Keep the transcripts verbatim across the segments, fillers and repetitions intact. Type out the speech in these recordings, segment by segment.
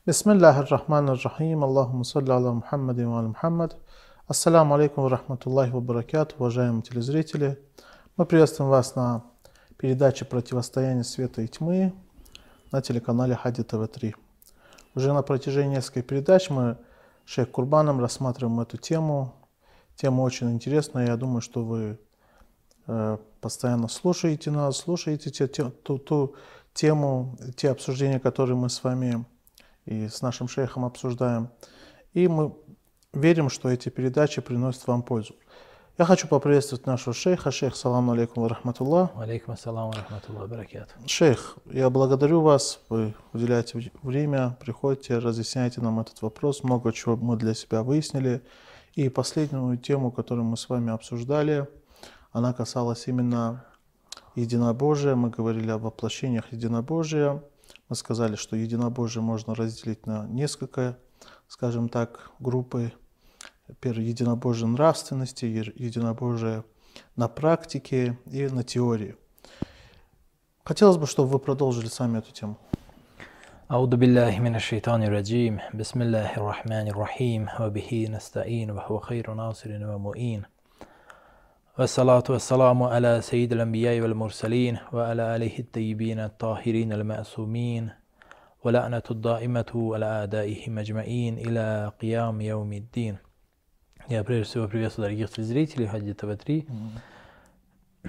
Бисмиллахи р-Рахмани р-Рахим. Аллахумма салли аля Мухаммадин ва аля Мухаммад. Ассаляму алейкум ва рахматуллахи ва баракату, уважаемые телезрители. Мы приветствуем вас на передаче «Противостояние света и тьмы» на телеканале Хади ТВ три. Уже на протяжении нескольких передач мы с шейх Курбаном рассматриваем эту тему. Тема очень интересная. Я думаю, что вы э, постоянно слушаете нас, слушаете те, те, ту, ту тему, те обсуждения, которые мы с вами и с нашим шейхом обсуждаем. И мы верим, что эти передачи приносят вам пользу. Я хочу поприветствовать нашего шейха. Шейх, саламу алейкум ва рахматуллах. Алейкум ассаламу ва рахматуллахи ва баракату. Шейх, я благодарю вас. Вы уделяете время, приходите, разъясняете нам этот вопрос. Много чего мы для себя выяснили. И последнюю тему, которую мы с вами обсуждали, она касалась именно единобожия. Мы говорили о воплощениях единобожия. Мы сказали, что единобожие можно разделить на несколько, скажем так, группы. Первое, единобожие нравственности, единобожие на практике и на теории. Хотелось бы, чтобы вы продолжили сами эту тему. Ауду биллахи минаш шайтанир раджим. Бисмиллахир рахманир рахим. Ва бихи настаин, ва хува хайру насирин ва муин. Вассалату вассаламу аля саййидил анбияи вал мурсалин, ва аля алейхи ат-таййибин ат-тахирин аль-ма'сумин, ва ла'нату ад-даимату аля а'даихим аджмаин иля қиям яумиддин. Я прежде всего приветствую дорогих телезрителей Хади ТВ три. Mm-hmm.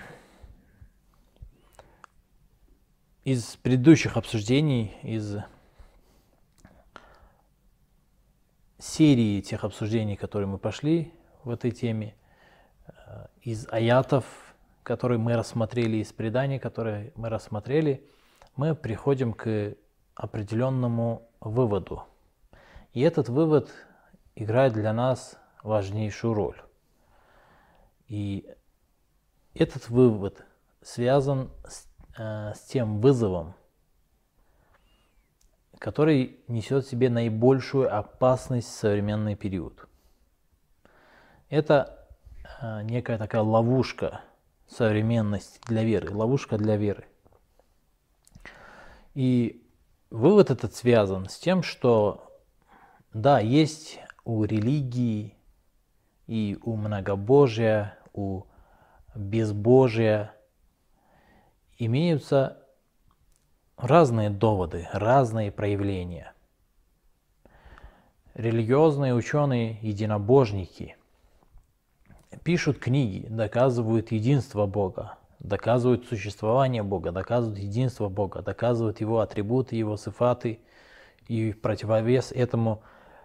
Из предыдущих обсуждений, из серии тех обсуждений, которые мы прошли в этой теме, из аятов, которые мы рассмотрели, из преданий, которые мы рассмотрели, мы приходим к определенному выводу. И этот вывод играет для нас важнейшую роль. И этот вывод связан с, э, с тем вызовом, который несет в себе наибольшую опасность в современный период. Это э, некая такая ловушка современности для веры, ловушка для веры. И вывод этот связан с тем, что да, есть у религии и у многобожия, у безбожия имеются разные доводы, разные проявления. Религиозные ученые, единобожники пишут книги, доказывают единство Бога, доказывают существование Бога, доказывают единство Бога, доказывают Его атрибуты, Его сифаты, и в противовес этому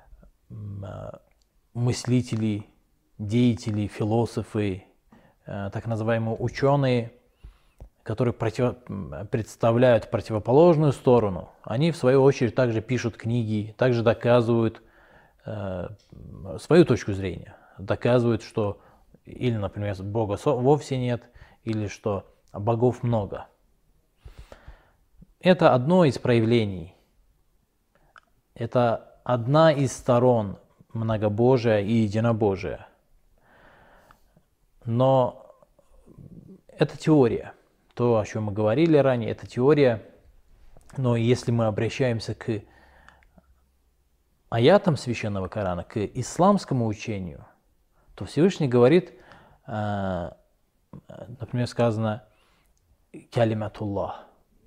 мыслители, деятели, философы, так называемые ученые, которые против... представляют противоположную сторону, они в свою очередь также пишут книги, также доказывают э, свою точку зрения, доказывают, что или, например, Бога вовсе нет, или что богов много. Это одно из проявлений, это одна из сторон многобожия и единобожия. Но это теория. То, о чем мы говорили ранее, это теория. Но если мы обращаемся к аятам Священного Корана, к исламскому учению, то Всевышний говорит, например, сказано «калиматуллах»,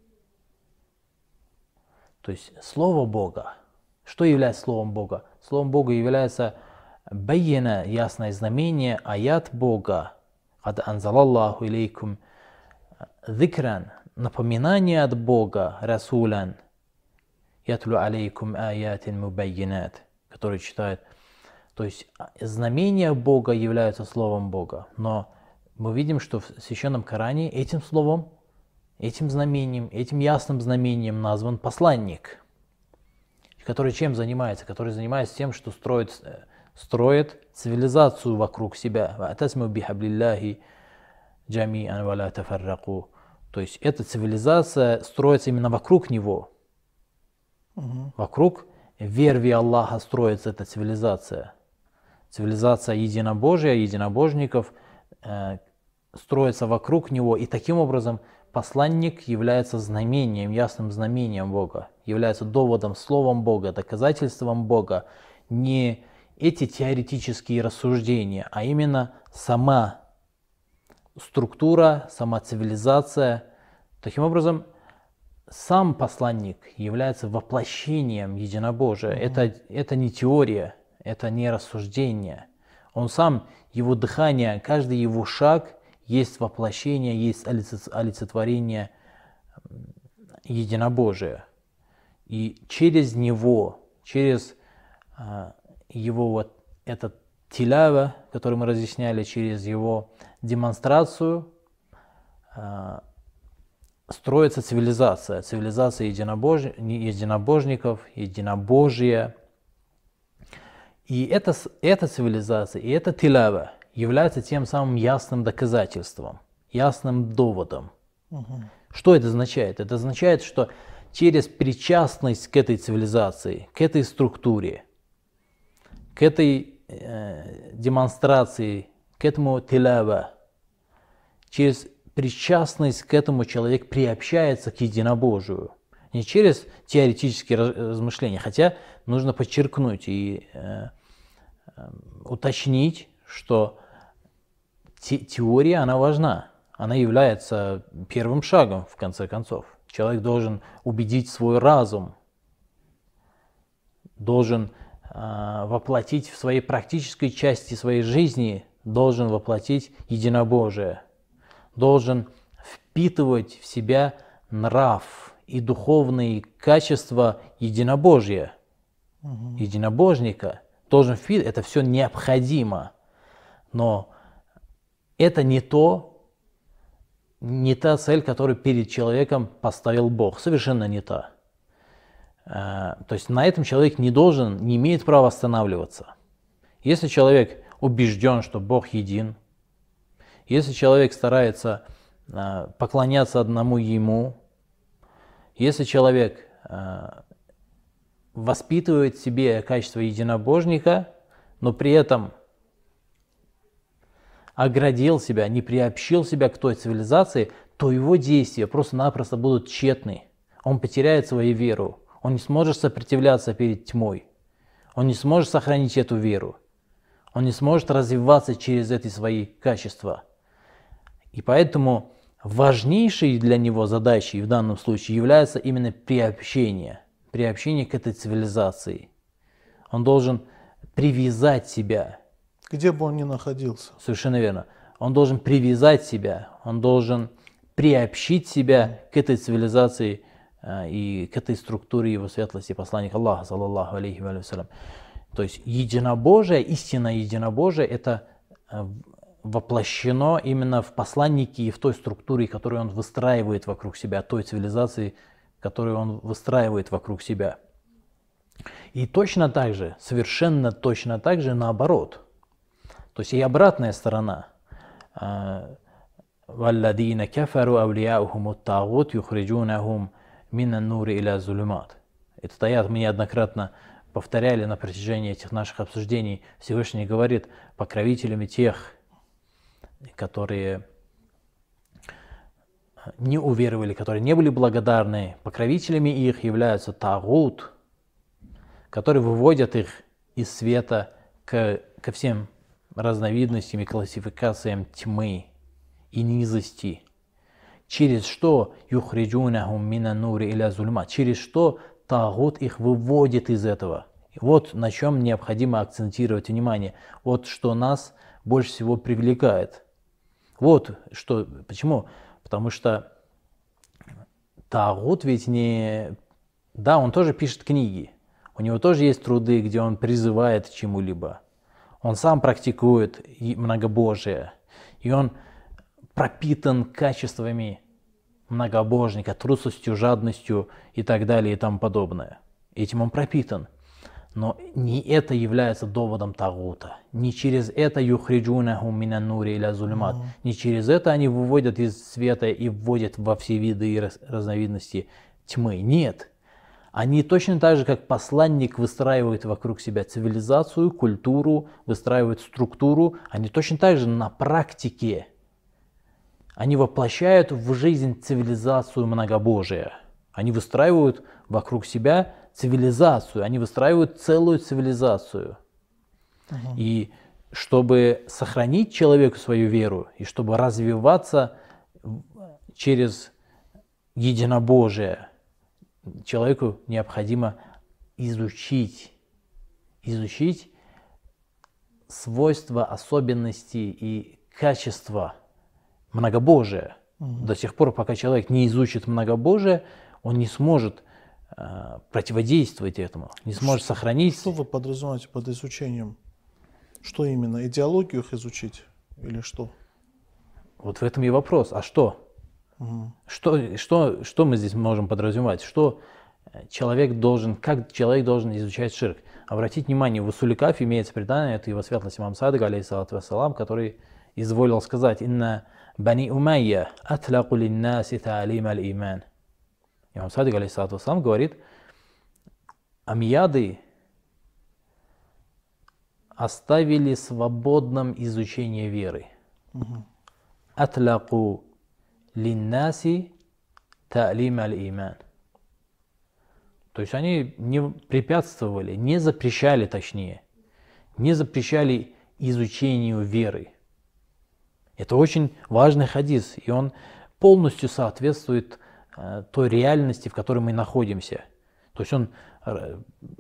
то есть Слово Бога. Что является Словом Бога? Словом Бога является байяна, ясное знамение, аят Бога. «Ад анзалаллаху илейкум зикран», напоминание от Бога, расулян, ятлу алейкум аятин мубайинат, который читает. То есть знамения Бога являются Словом Бога. Но мы видим, что в Священном Коране этим словом, этим знамением, этим ясным знамением назван посланник, который чем занимается? Который занимается тем, что строит, строит цивилизацию вокруг себя. То есть эта цивилизация строится именно вокруг него. Угу. Вокруг верви Аллаха строится эта цивилизация. Цивилизация единобожия, единобожников, строится вокруг него, и таким образом посланник является знамением, ясным знамением Бога, является доводом, словом Бога, доказательством Бога. Не эти теоретические рассуждения, а именно сама структура, сама цивилизация. Таким образом, сам посланник является воплощением единобожия. Mm-hmm. Это, это не теория, это не рассуждение. Он сам, его дыхание, каждый его шаг есть воплощение, есть олицетворение единобожия. И через него, через а, его вот этот тилява, который мы разъясняли, через его демонстрацию, а, строится цивилизация, цивилизация единобож... единобожников, единобожия. И эта, эта цивилизация, и эта тилява является тем самым ясным доказательством, ясным доводом. Угу. Что это означает? Это означает, что через причастность к этой цивилизации, к этой структуре, к этой э, демонстрации, к этому тилява, через причастность к этому человек приобщается к единобожию. Не через теоретические размышления, хотя нужно подчеркнуть и э, э, уточнить, что те, теория, она важна. Она является первым шагом, в конце концов. Человек должен убедить свой разум, должен э, воплотить в своей практической части своей жизни, должен воплотить единобожие, должен впитывать в себя нрав и духовные качества единобожия, угу. единобожника. Должен впитывать, это все необходимо, но это не то, не та цель, которую перед человеком поставил Бог, совершенно не та. То есть на этом человек не должен, не имеет права останавливаться. Если человек убежден, что Бог един, если человек старается э, поклоняться одному Ему, если человек э, воспитывает в себе качество единобожника, но при этом оградил себя, не приобщил себя к той цивилизации, то его действия просто-напросто будут тщетны. Он потеряет свою веру, он не сможет сопротивляться перед тьмой, он не сможет сохранить эту веру, он не сможет развиваться через эти свои качества. И поэтому важнейшей для него задачей в данном случае является именно приобщение, приобщение к этой цивилизации. Он должен привязать себя. Где бы он ни находился. Совершенно верно. Он должен привязать себя, он должен приобщить себя к этой цивилизации э, и к этой структуре его светлости посланника Аллаха, саллаллаху алейхи ва саллям. То есть единобожие, истинное единобожие, это э, воплощено именно в посланнике и в той структуре, которую он выстраивает вокруг себя, той цивилизации, которую он выстраивает вокруг себя. И точно так же, совершенно точно так же наоборот. То есть и обратная сторона. وَالَّذِينَ كَفَرُوا أَوْلِيَاؤُهُمُ الطَّاغُوتُ يُخْرِجُونَهُم مِنَ النُّورِ إِلَى الظُّلُمَاتِ. Этот аят мы неоднократно повторяли на протяжении этих наших обсуждений. Всевышний говорит покровителями тех, которые не уверовали, которые не были благодарны, покровителями их являются тагут, которые выводят их из света к, ко всем разновидностям и классификациям тьмы и низости. Через что юхриджунахум мина нури иля зульма, через что тагут их выводит из этого. Вот на чем необходимо акцентировать внимание. Вот что нас больше всего привлекает. Вот что, почему? Потому что тагут ведь не... Да, он тоже пишет книги. У него тоже есть труды, где он призывает к чему-либо. Он сам практикует многобожие. И он пропитан качествами многобожника, трусостью, жадностью и так далее и тому подобное. Этим он пропитан. Но не это является доводом тагута. Не через это юхриджунахум минан нури иля зулюмат. Не через это они выводят из света и вводят во все виды и разновидности тьмы. Нет. Они точно так же, как посланник выстраивают вокруг себя цивилизацию, культуру, выстраивают структуру, они точно так же на практике они воплощают в жизнь цивилизацию многобожия. Они выстраивают вокруг себя цивилизацию, они выстраивают целую цивилизацию. Uh-huh. И чтобы сохранить человеку свою веру, и чтобы развиваться через единобожие, человеку необходимо изучить, изучить свойства, особенности и качества многобожия. Угу. До тех пор, пока человек не изучит многобожие, он не сможет э, противодействовать этому, не сможет что, сохранить. Что вы подразумеваете под изучением? Что именно? Идеологию их изучить или что? Вот в этом и вопрос. А что? Угу. Что, что, что мы здесь можем подразумевать? Что человек должен, как человек должен изучать ширк? Обратите внимание, в Усуль Кафи имеется предание, это его светлость имам Садык, алейхиссалату вассалам, который изволил сказать: «Инна бани Умайя атлаку линнаси та'алим аль-иман». Имам Садык, алейхиссалату вассалам, говорит: амияды оставили свободным изучение веры. Атлаку линнаси та'алим аль-иман. То есть они не препятствовали, не запрещали, точнее, не запрещали изучению веры. Это очень важный хадис, и он полностью соответствует э, той реальности, в которой мы находимся. То есть он э,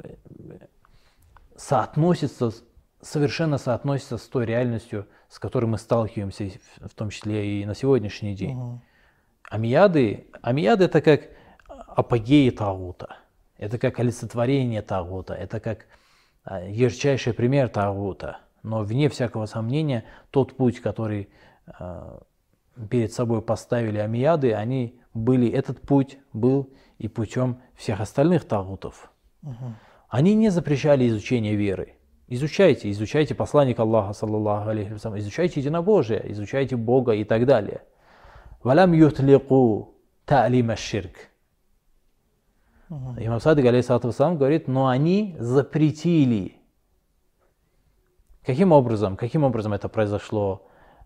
соотносится, совершенно соотносится с той реальностью, с которой мы сталкиваемся, в том числе и на сегодняшний день. Угу. Амияды, амияды это как апогеи тагута. Это как олицетворение тагута, это как а, ярчайший пример тагута. Но вне всякого сомнения, тот путь, который а, перед собой поставили амияды, они были, этот путь был и путем всех остальных тагутов. Угу. Они не запрещали изучение веры. Изучайте, изучайте посланника Аллаха, саллаллаху алейхи вассалям, изучайте единобожие, изучайте Бога и так далее. Валям ютлику та'лим аш-ширк. Имам Садык, алейхиссалату вассалам, говорит: но они запретили. Каким образом? Каким образом это произошло?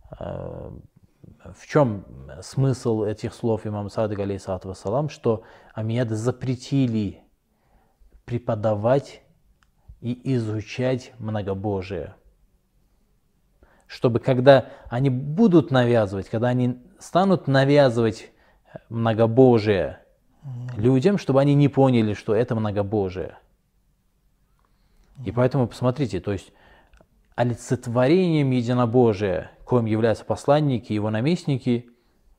В чем смысл этих слов имама Садык, алейхиссалату вассалам, что амияды запретили преподавать и изучать многобожие? Чтобы когда они будут навязывать, когда они станут навязывать многобожие людям, чтобы они не поняли, что это многобожие. И поэтому посмотрите, то есть олицетворением единобожия, коим являются посланники, его наместники,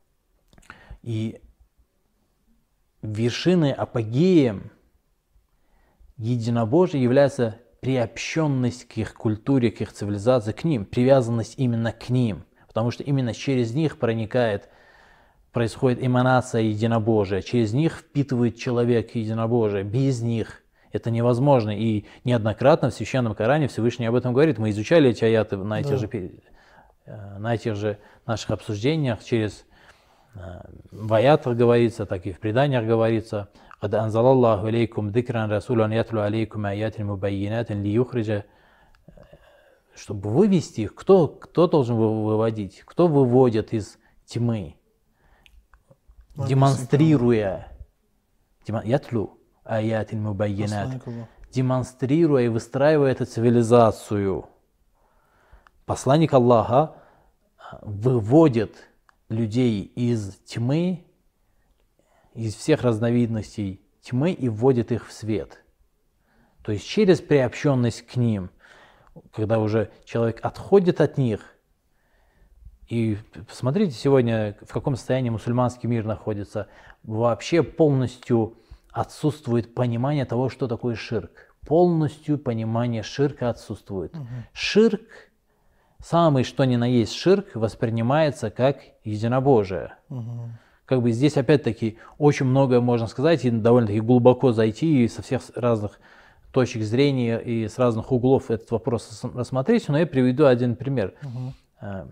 и вершиной, апогеем единобожия является приобщенность к их культуре, к их цивилизации, к ним, привязанность именно к ним, потому что именно через них проникает, происходит эманация единобожия, через них впитывает человек единобожие, без них это невозможно. И неоднократно в Священном Коране Всевышний об этом говорит. Мы изучали эти аяты на этих, да. же, на этих же наших обсуждениях, через в аятах говорится, так и в преданиях говорится: «Кад анзалаллаху алейкум дикран расулан ятлу алейкум аятин мубайинатин ли юхриджа». Чтобы вывести их, кто, кто должен выводить? Кто выводит из тьмы? Демонстрируя, ятлу аятин мубайинат, демонстрируя и выстраивая эту цивилизацию. Посланник Аллаха выводит людей из тьмы, из всех разновидностей тьмы, и вводит их в свет. То есть через приобщенность к ним, когда уже человек отходит от них. И посмотрите сегодня, в каком состоянии мусульманский мир находится. Вообще полностью отсутствует понимание того, что такое ширк. Полностью понимание ширка отсутствует. Угу. Ширк, самый что ни на есть ширк, воспринимается как единобожие. Угу. Как бы здесь опять-таки очень многое можно сказать и довольно-таки глубоко зайти и со всех разных точек зрения и с разных углов этот вопрос рассмотреть. Но я приведу один пример. Угу.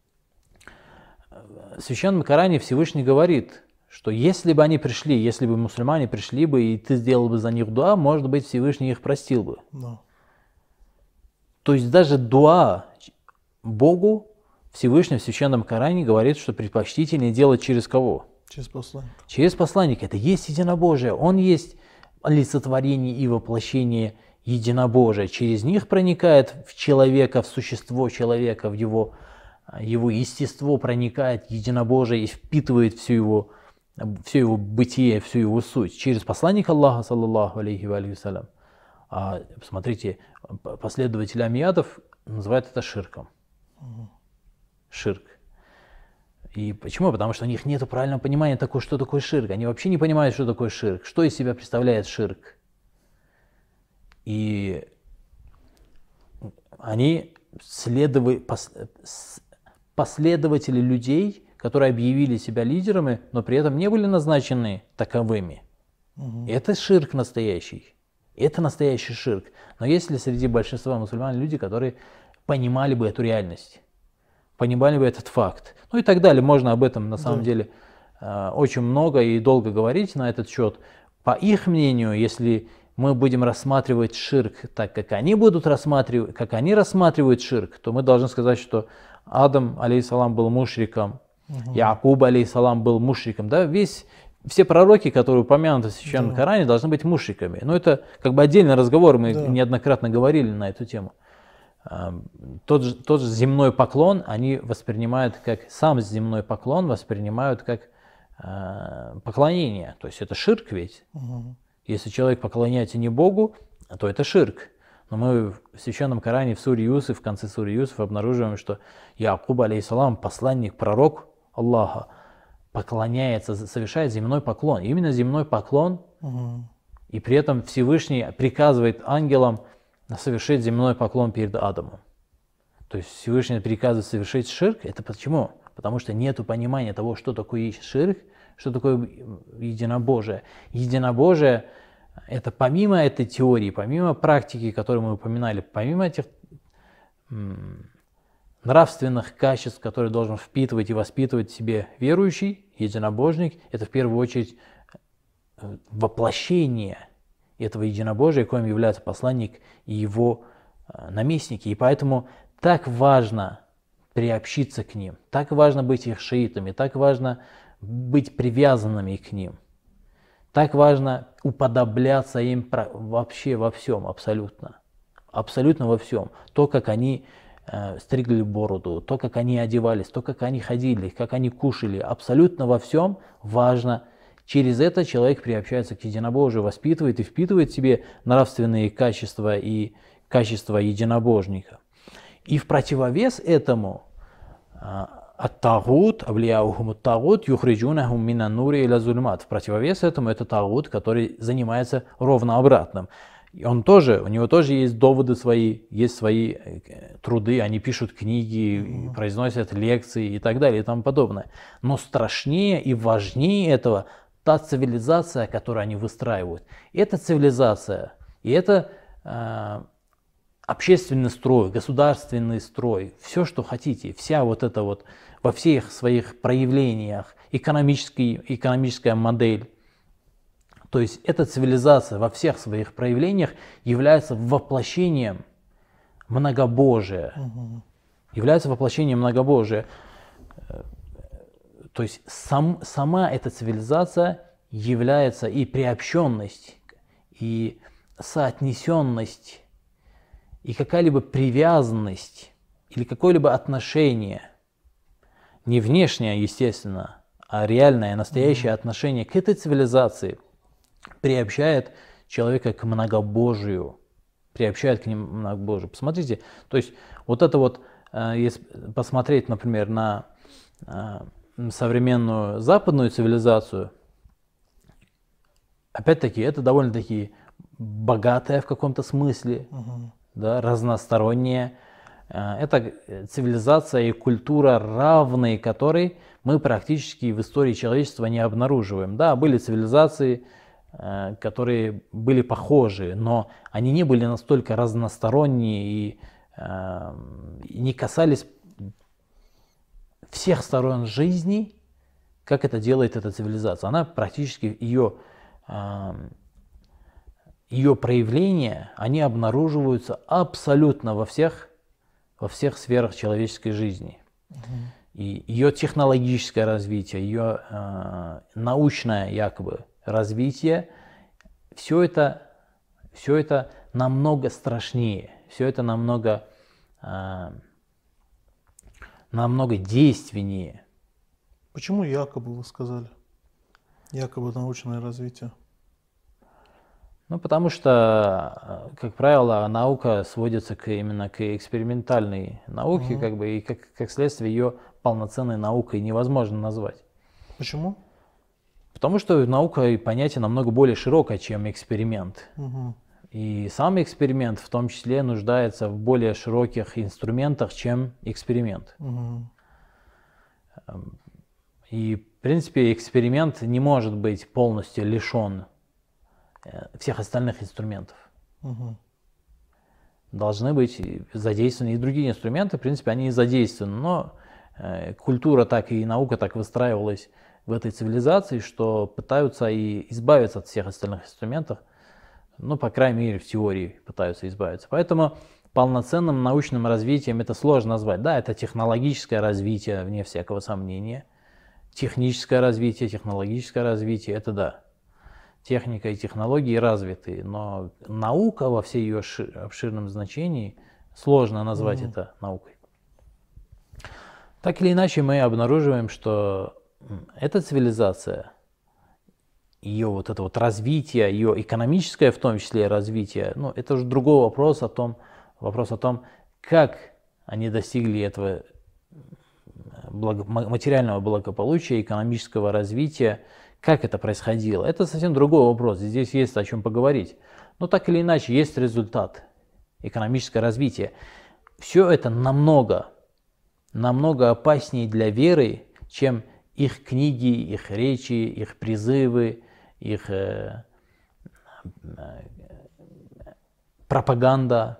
В Священном Коране Всевышний говорит, что если бы они пришли, если бы мусульмане пришли бы, и ты сделал бы за них дуа, может быть, Всевышний их простил бы. No. То есть даже дуа Богу Всевышний в Священном Коране говорит, что предпочтительнее делать через кого? Через посланника. Через посланника. Это есть единобожие. Он есть олицетворение и воплощение единобожия. Через них проникает в человека, в существо человека, в его, его естество проникает единобожие и впитывает всю его, все его бытие, всю его суть. Через посланника Аллаха, саллаллаху алейхи ва алейхи вассалям. А, посмотрите, последователи амиядов называют это ширком. Угу. Ширк. И почему? Потому что у них нет правильного понимания такого, что такое ширк. Они вообще не понимают, что такое ширк, что из себя представляет ширк. И они следовали, последователи людей, которые объявили себя лидерами, но при этом не были назначены таковыми. Угу. Это ширк настоящий. Это настоящий ширк. Но есть ли среди большинства мусульман люди, которые понимали бы эту реальность, понимали бы этот факт? Ну и так далее. Можно об этом на самом да. деле э, очень много и долго говорить на этот счет. По их мнению, если мы будем рассматривать ширк так, как они будут рассматривать, как они рассматривают ширк, то мы должны сказать, что Адам, алейхиссалам, был мушриком, угу. Якуб, алейхиссалам, был мушриком. Да? Весь Все пророки, которые упомянуты в Священном да. Коране, должны быть мушриками. Но это как бы отдельный разговор, мы да. неоднократно говорили на эту тему. Тот же, тот же земной поклон они воспринимают как, сам земной поклон воспринимают как э, поклонение. То есть это ширк ведь. Угу. Если человек поклоняется не Богу, то это ширк. Но мы в Священном Коране, в суре Юсуф, в конце суры Юсуф обнаруживаем, что Якуб, алейхиссалам, посланник, пророк Аллаха, поклоняется, совершает земной поклон. Именно земной поклон. Угу. И при этом Всевышний приказывает ангелам совершить земной поклон перед Адамом. То есть Всевышний приказывает совершить ширк. Это почему? Потому что нет понимания того, что такое есть ширк, что такое единобожие. Единобожие – это помимо этой теории, помимо практики, которую мы упоминали, помимо этих нравственных качеств, которые должен впитывать и воспитывать в себе верующий, единобожник, это в первую очередь воплощение этого единобожия, коим является посланник и его наместники. И поэтому так важно приобщиться к ним, так важно быть их шиитами, так важно быть привязанными к ним, так важно уподобляться им вообще во всем, абсолютно, абсолютно во всем. То, как они э, стригли бороду, то, как они одевались, то, как они ходили, как они кушали, абсолютно во всем важно. Через это человек приобщается к единобожию, воспитывает и впитывает в себе нравственные качества и качества единобожника. И в противовес этому ат-тагут, аблияухум ат-тагут, юхриджунахум минан нури иля зульмат. В противовес этому это тагут, который занимается ровно обратным. И он тоже, у него тоже есть доводы свои, есть свои труды, они пишут книги, mm-hmm. произносят лекции и так далее и тому подобное. Но страшнее и важнее этого та цивилизация, которую они выстраивают. Эта цивилизация, и это э, общественный строй, государственный строй, все, что хотите, вся вот эта вот, во всех своих проявлениях, экономическая модель, то есть эта цивилизация во всех своих проявлениях является воплощением многобожия, угу. является воплощением многобожия. То есть сам, сама эта цивилизация является и приобщенность, и соотнесенность, и какая-либо привязанность, или какое-либо отношение, не внешнее, естественно, а реальное, настоящее mm-hmm. отношение к этой цивилизации приобщает человека к многобожию, приобщает к ним многобожию. Посмотрите, то есть вот это вот, если посмотреть, например, на современную западную цивилизацию, опять-таки, это довольно-таки богатая в каком-то смысле, угу. да, разносторонняя. Это цивилизация и культура, равные которой мы практически в истории человечества не обнаруживаем. Да, были цивилизации, которые были похожи, но они не были настолько разносторонние и, и не касались всех сторон жизни, как это делает эта цивилизация. Она практически, ее, ее проявления, они обнаруживаются абсолютно во всех, во всех сферах человеческой жизни. И ее технологическое развитие, ее э, научное якобы развитие, все это, все это намного страшнее, все это намного, э, намного действеннее. Почему якобы вы сказали? Якобы научное развитие. Ну, потому что, как правило, наука сводится к, именно к экспериментальной науке, Угу. как бы, и как, как следствие ее полноценной наукой невозможно назвать. Почему? Потому что наука и понятие намного более широкое, чем эксперимент. Угу. И сам эксперимент в том числе нуждается в более широких инструментах, чем эксперимент. Угу. И, в принципе, эксперимент не может быть полностью лишен всех остальных инструментов. Угу. Должны быть задействованы и другие инструменты, в принципе, они и задействованы, но э, культура так и наука так выстраивалась в этой цивилизации, что пытаются и избавиться от всех остальных инструментов, ну, по крайней мере, в теории пытаются избавиться. Поэтому полноценным научным развитием это сложно назвать. Да, это технологическое развитие, вне всякого сомнения. Техническое развитие, технологическое развитие, это да. Техника и технологии развиты, но наука во всей ее обширном значении сложно назвать mm-hmm. это наукой. Так или иначе, мы обнаруживаем, что эта цивилизация, ее вот это вот развитие, ее экономическое в том числе развитие, ну, это уже другой вопрос о том, вопрос о том, как они достигли этого благо, материального благополучия, экономического развития. Как это происходило? Это совсем другой вопрос. Здесь есть о чем поговорить. Но так или иначе, есть результат. Экономическое развитие. Все это намного, намного опаснее для веры, чем их книги, их речи, их призывы, их э, э, пропаганда.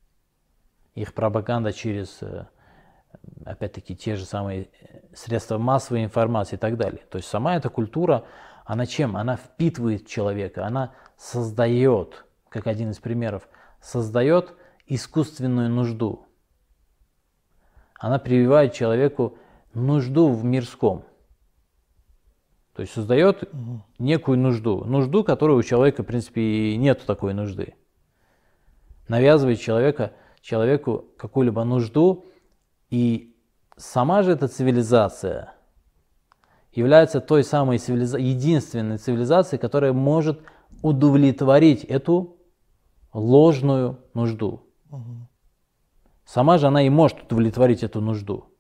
Их пропаганда через, э, опять-таки, те же самые средства массовой информации и так далее. То есть сама эта культура, она чем? Она впитывает человека, она создает, как один из примеров, создает искусственную нужду. Она прививает человеку нужду в мирском. То есть создает угу. некую нужду. Нужду, которой у человека, в принципе, нет такой нужды. Навязывает человека, человеку какую-либо нужду, и сама же эта цивилизация является той самой цивилиза... единственной цивилизацией, которая может удовлетворить эту ложную нужду. Угу. Сама же она и может удовлетворить эту нужду.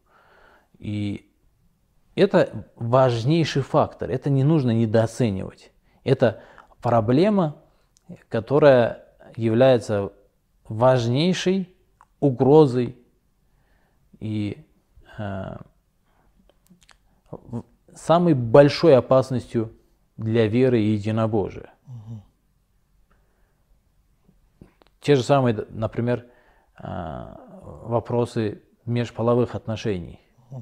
И это важнейший фактор, это не нужно недооценивать. Это проблема, которая является важнейшей угрозой и э, самой большой опасностью для веры и единобожия. Угу. Те же самые, например, э, вопросы межполовых отношений. Угу.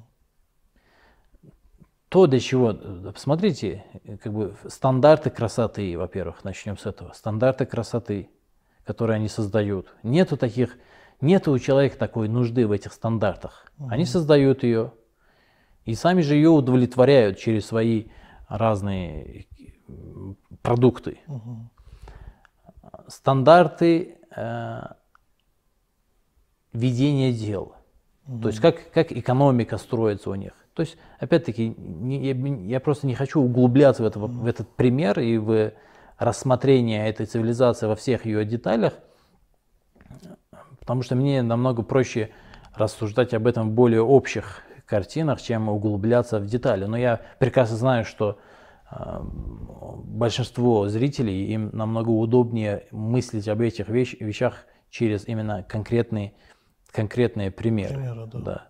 То, до чего, посмотрите, как бы стандарты красоты, во-первых, начнем с этого. Стандарты красоты, которые они создают. Нету таких, нету у человека такой нужды в этих стандартах. Угу. Они создают ее и сами же ее удовлетворяют через свои разные продукты. Угу. Стандарты э, ведения дел. Угу. То есть как, как экономика строится у них. То есть, опять-таки, не, я, я просто не хочу углубляться в, это, угу. в этот пример и в рассмотрение этой цивилизации во всех ее деталях, потому что мне намного проще рассуждать об этом в более общих картинах, чем углубляться в детали. Но я прекрасно знаю, что э, большинство зрителей, им намного удобнее мыслить об этих вещ, вещах через именно конкретные, конкретные примеры. Примеры, да. Да.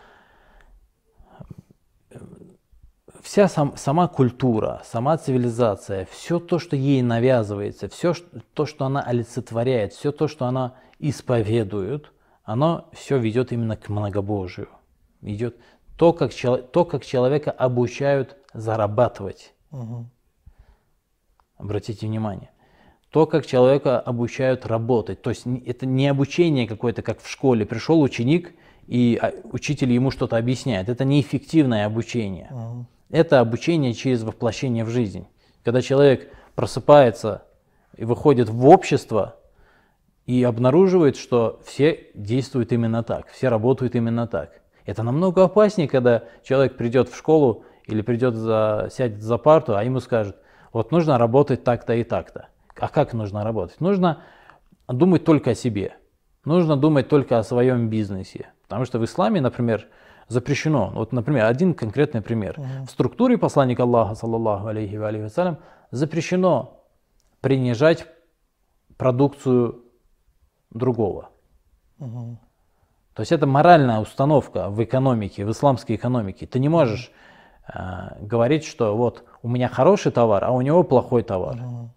Вся сам, сама культура, сама цивилизация, все то, что ей навязывается, все то, что она олицетворяет, все то, что она исповедует, оно все ведет именно к многобожию. Идет то, как, то, как человека обучают зарабатывать. Угу. Обратите внимание. То, как человека обучают работать. То есть это не обучение какое-то, как в школе. Пришел ученик и учитель ему что-то объясняет. Это неэффективное обучение. Мгм. Это обучение через воплощение в жизнь. Когда человек просыпается и выходит в общество и обнаруживает, что все действуют именно так, все работают именно так. Это намного опаснее, когда человек придет в школу или придет за, сядет за парту, а ему скажут, вот нужно работать так-то и так-то. А как нужно работать? Нужно думать только о себе. Нужно думать только о своем бизнесе. Потому что в исламе, например, запрещено. Вот, например, один конкретный пример. Мгм. В структуре посланника Аллаха, саллаллаху алейхи ва алейхи вассалям, запрещено принижать продукцию другого. Мгм. То есть это моральная установка в экономике, в исламской экономике. Ты не можешь э, говорить, что вот у меня хороший товар, а у него плохой товар. Мгм.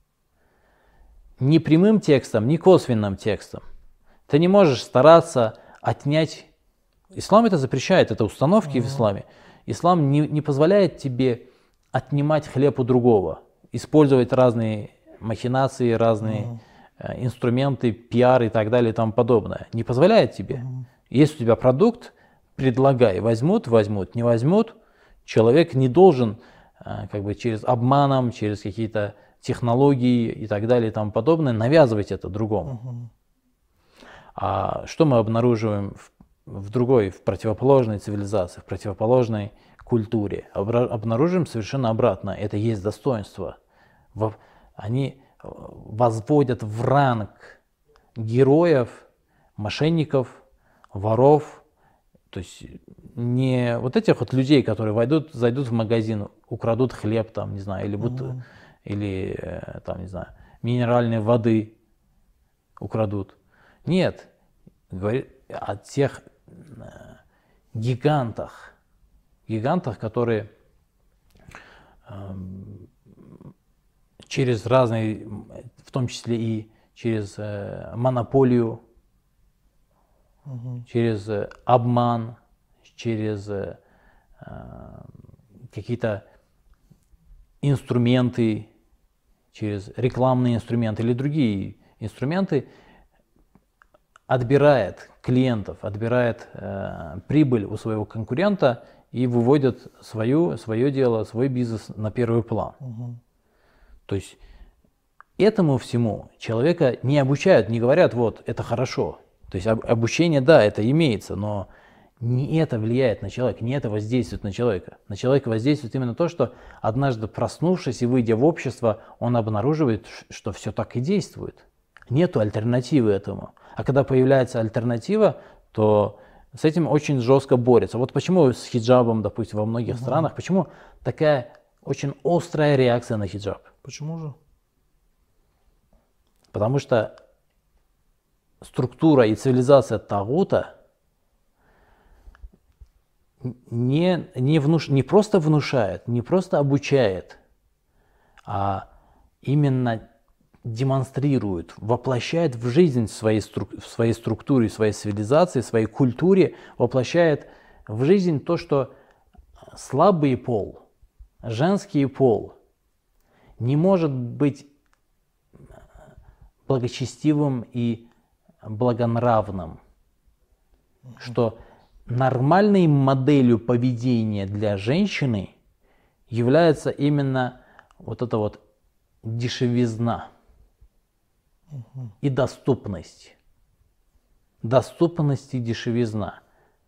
Ни прямым текстом, ни косвенным текстом. Ты не можешь стараться отнять. Ислам это запрещает, это установки в исламе. Ислам не, не позволяет тебе отнимать хлеб у другого, использовать разные махинации, разные э, инструменты, пиар и так далее и тому подобное. Не позволяет тебе. Есть у тебя продукт, предлагай, возьмут, возьмут, не возьмут. Человек не должен э, как бы через обманом, через какие-то технологии и так далее и тому подобное навязывать это другому. Мгм. А что мы обнаруживаем в, в другой, в противоположной цивилизации, в противоположной культуре? Обра- обнаруживаем совершенно обратно. Это есть достоинство. Во- они э, возводят в ранг героев, мошенников, воров. То есть не вот этих вот людей, которые войдут, зайдут в магазин, украдут хлеб, там, не знаю, или, бут- Мгм. или э, там, не знаю, минеральной воды украдут. Нет, говорит о тех э, гигантах, гигантах, которые эм, через разные, в том числе и через э, монополию, Мгм. через э, обман, через э, э, какие-то инструменты, через рекламные инструменты или другие инструменты, отбирает клиентов, отбирает э, прибыль у своего конкурента и выводит свою, свое дело, свой бизнес на первый план. Мгм. То есть этому всему человека не обучают, не говорят, вот, это хорошо. То есть об- обучение, да, это имеется, но не это влияет на человека, не это воздействует на человека. На человека воздействует именно то, что однажды проснувшись и выйдя в общество, он обнаруживает, ш- что все так и действует. Нету альтернативы этому. А когда появляется альтернатива, то с этим очень жестко борется. Вот почему с хиджабом, допустим, во многих странах, почему такая очень острая реакция на хиджаб? Почему же? Потому что структура и цивилизация тагута не, не, внуш, не просто внушает, не просто обучает, а именно демонстрирует, воплощает в жизнь в своей, стру- в своей структуре, в своей цивилизации, в своей культуре, воплощает в жизнь то, что слабый пол, женский пол не может быть благочестивым и благонравным, что нормальной моделью поведения для женщины является именно вот эта вот дешевизна и доступность. Доступность и дешевизна.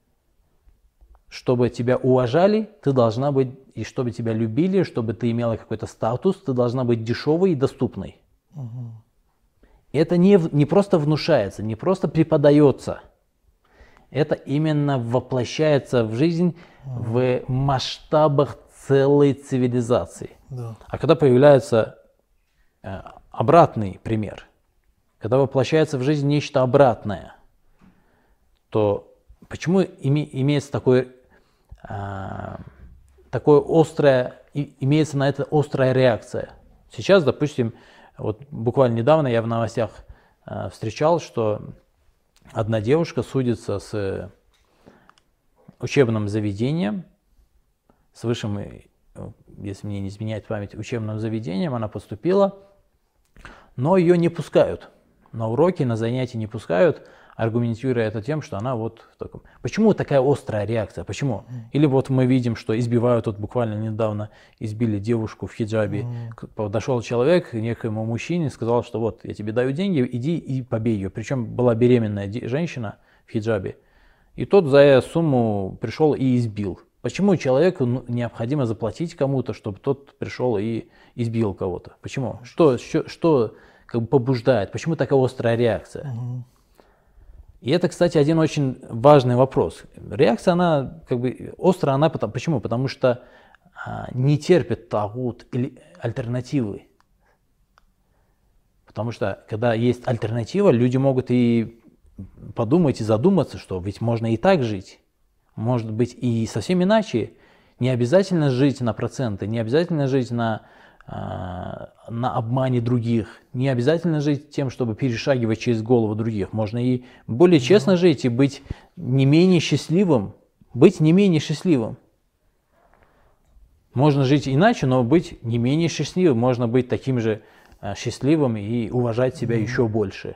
Чтобы тебя уважали, ты должна быть, и чтобы тебя любили, чтобы ты имела какой-то статус, ты должна быть дешевой и доступной. Мгм. Это не, в- не просто внушается, не просто преподается. Это именно воплощается в жизнь в масштабах целой цивилизации. Да. А когда появляется э, обратный пример, когда воплощается в жизнь нечто обратное, то почему име- имеется такое, э, такое острое, и- имеется на это острая реакция? Сейчас, допустим, вот буквально недавно я в новостях э, встречал, что одна девушка судится с учебным заведением, с высшим, э, если мне не изменяет память, учебным заведением, она поступила, но ее не пускают. На уроки, на занятия не пускают. аргументируя это тем, что она вот в таком. Почему такая острая реакция? Почему? Или вот мы видим, что избивают, вот буквально недавно избили девушку в хиджабе. Mm. Подошел человек к некоему мужчине, сказал, что вот я тебе даю деньги, иди и побей ее. Причем была беременная женщина в хиджабе. И тот за эту сумму пришел и избил. Почему человеку необходимо заплатить кому-то, чтобы тот пришел и избил кого-то? Почему? Что, что, что как бы побуждает? Почему такая острая реакция? Mm. И это, кстати, один очень важный вопрос. Реакция, она как бы острая, она потому, почему? Потому что а, не терпит тагут или альтернативы. Потому что когда есть альтернатива, люди могут и подумать, и задуматься, что ведь можно и так жить. Может быть и совсем иначе. Не обязательно жить на проценты, не обязательно жить на... на обмане других. Не обязательно жить тем, чтобы перешагивать через голову других. Можно и более честно жить и быть не менее счастливым. Быть не менее счастливым. Можно жить иначе, но быть не менее счастливым. Можно быть таким же счастливым и уважать себя mm-hmm. еще больше.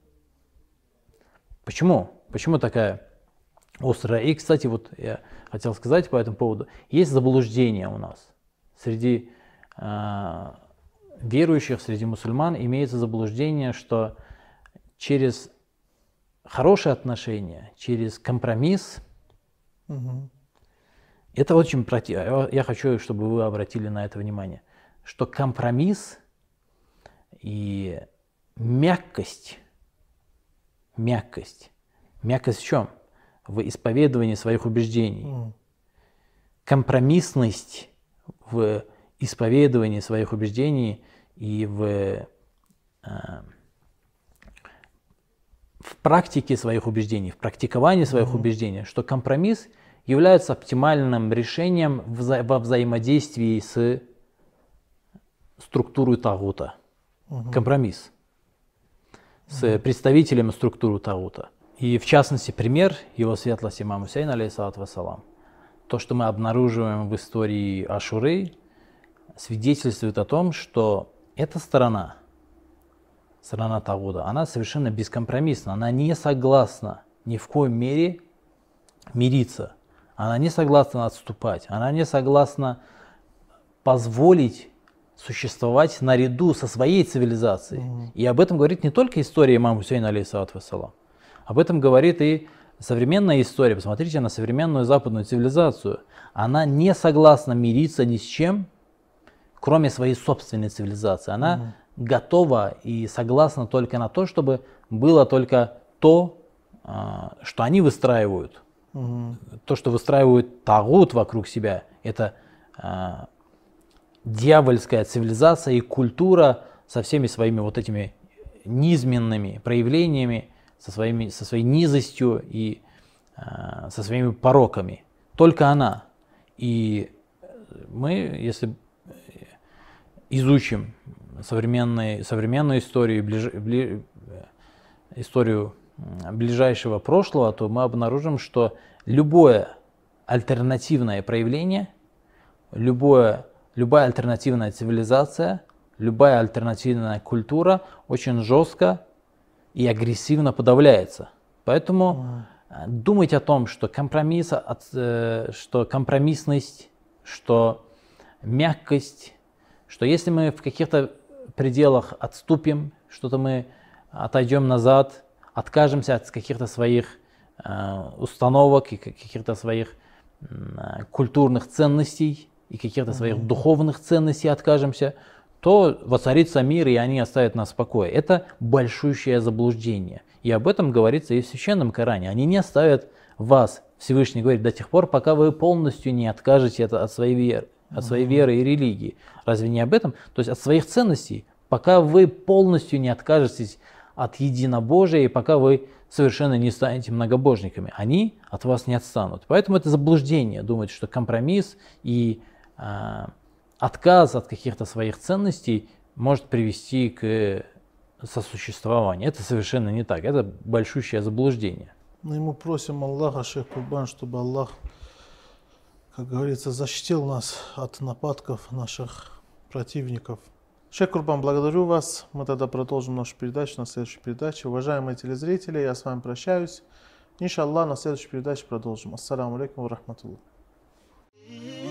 Почему? Почему такая острая? И, кстати, вот я хотел сказать по этому поводу. Есть заблуждение у нас среди верующих, среди мусульман имеется заблуждение, что через хорошие отношения, через компромисс, угу. это очень противно. Я хочу, чтобы вы обратили на это внимание, что компромисс и мягкость, мягкость, мягкость в чем? В исповедовании своих убеждений. Угу. Компромиссность в исповедовании своих убеждений и в, э, в практике своих убеждений, в практиковании своих mm-hmm. убеждений, что компромисс является оптимальным решением вза- во взаимодействии с структурой тагута. Mm-hmm. Компромисс с mm-hmm. представителем структуры тагута. И в частности, пример его светлости имам Хусейн, алейхиссалату вассалам, то, что мы обнаруживаем в истории Ашуры, свидетельствует о том, что эта сторона, сторона тагута, она совершенно бескомпромиссна, она не согласна ни в коей мере мириться, она не согласна отступать, она не согласна позволить существовать наряду со своей цивилизацией. Mm-hmm. И об этом говорит не только история имама Хусейна, алейхиссалату вассалам, об этом говорит и современная история. Посмотрите на современную западную цивилизацию. Она не согласна мириться ни с чем, кроме своей собственной цивилизации. Она mm-hmm. готова и согласна только на то, чтобы было только то, что они выстраивают. Mm-hmm. То, что выстраивают тагут вокруг себя, это а, дьявольская цивилизация и культура со всеми своими вот этими низменными проявлениями, со, своими, со своей низостью и а, со своими пороками. Только она. И мы, если изучим современную, современную историю, ближ, бли, историю ближайшего прошлого, то мы обнаружим, что любое альтернативное проявление, любое, любая альтернативная цивилизация, любая альтернативная культура очень жестко и агрессивно подавляется. Поэтому mm. думать о том, что компромисс, что компромиссность, что мягкость, что если мы в каких-то пределах отступим, что-то мы отойдем назад, откажемся от каких-то своих э, установок и каких-то своих э, культурных ценностей и каких-то mm-hmm. своих духовных ценностей откажемся, то воцарится мир, и они оставят нас в покое. Это большущее заблуждение. И об этом говорится и в Священном Коране. Они не оставят вас, Всевышний говорит, до тех пор, пока вы полностью не откажете от своей веры, от своей mm-hmm. веры и религии. Разве не об этом? То есть от своих ценностей, пока вы полностью не откажетесь от единобожия, и пока вы совершенно не станете многобожниками, они от вас не отстанут. Поэтому это заблуждение, думать, что компромисс и э, отказ от каких-то своих ценностей может привести к сосуществованию. Это совершенно не так, это большущее заблуждение. Мы мы просим Аллаха, шейх Курбан, чтобы Аллах, как говорится, защитил нас от нападков наших противников. Шейх Курбан, благодарю вас. Мы тогда продолжим нашу передачу на следующей передаче. Уважаемые телезрители, я с вами прощаюсь. Иншаллах, на следующей передаче продолжим. Ассаламу алейкум ва рахматуллах.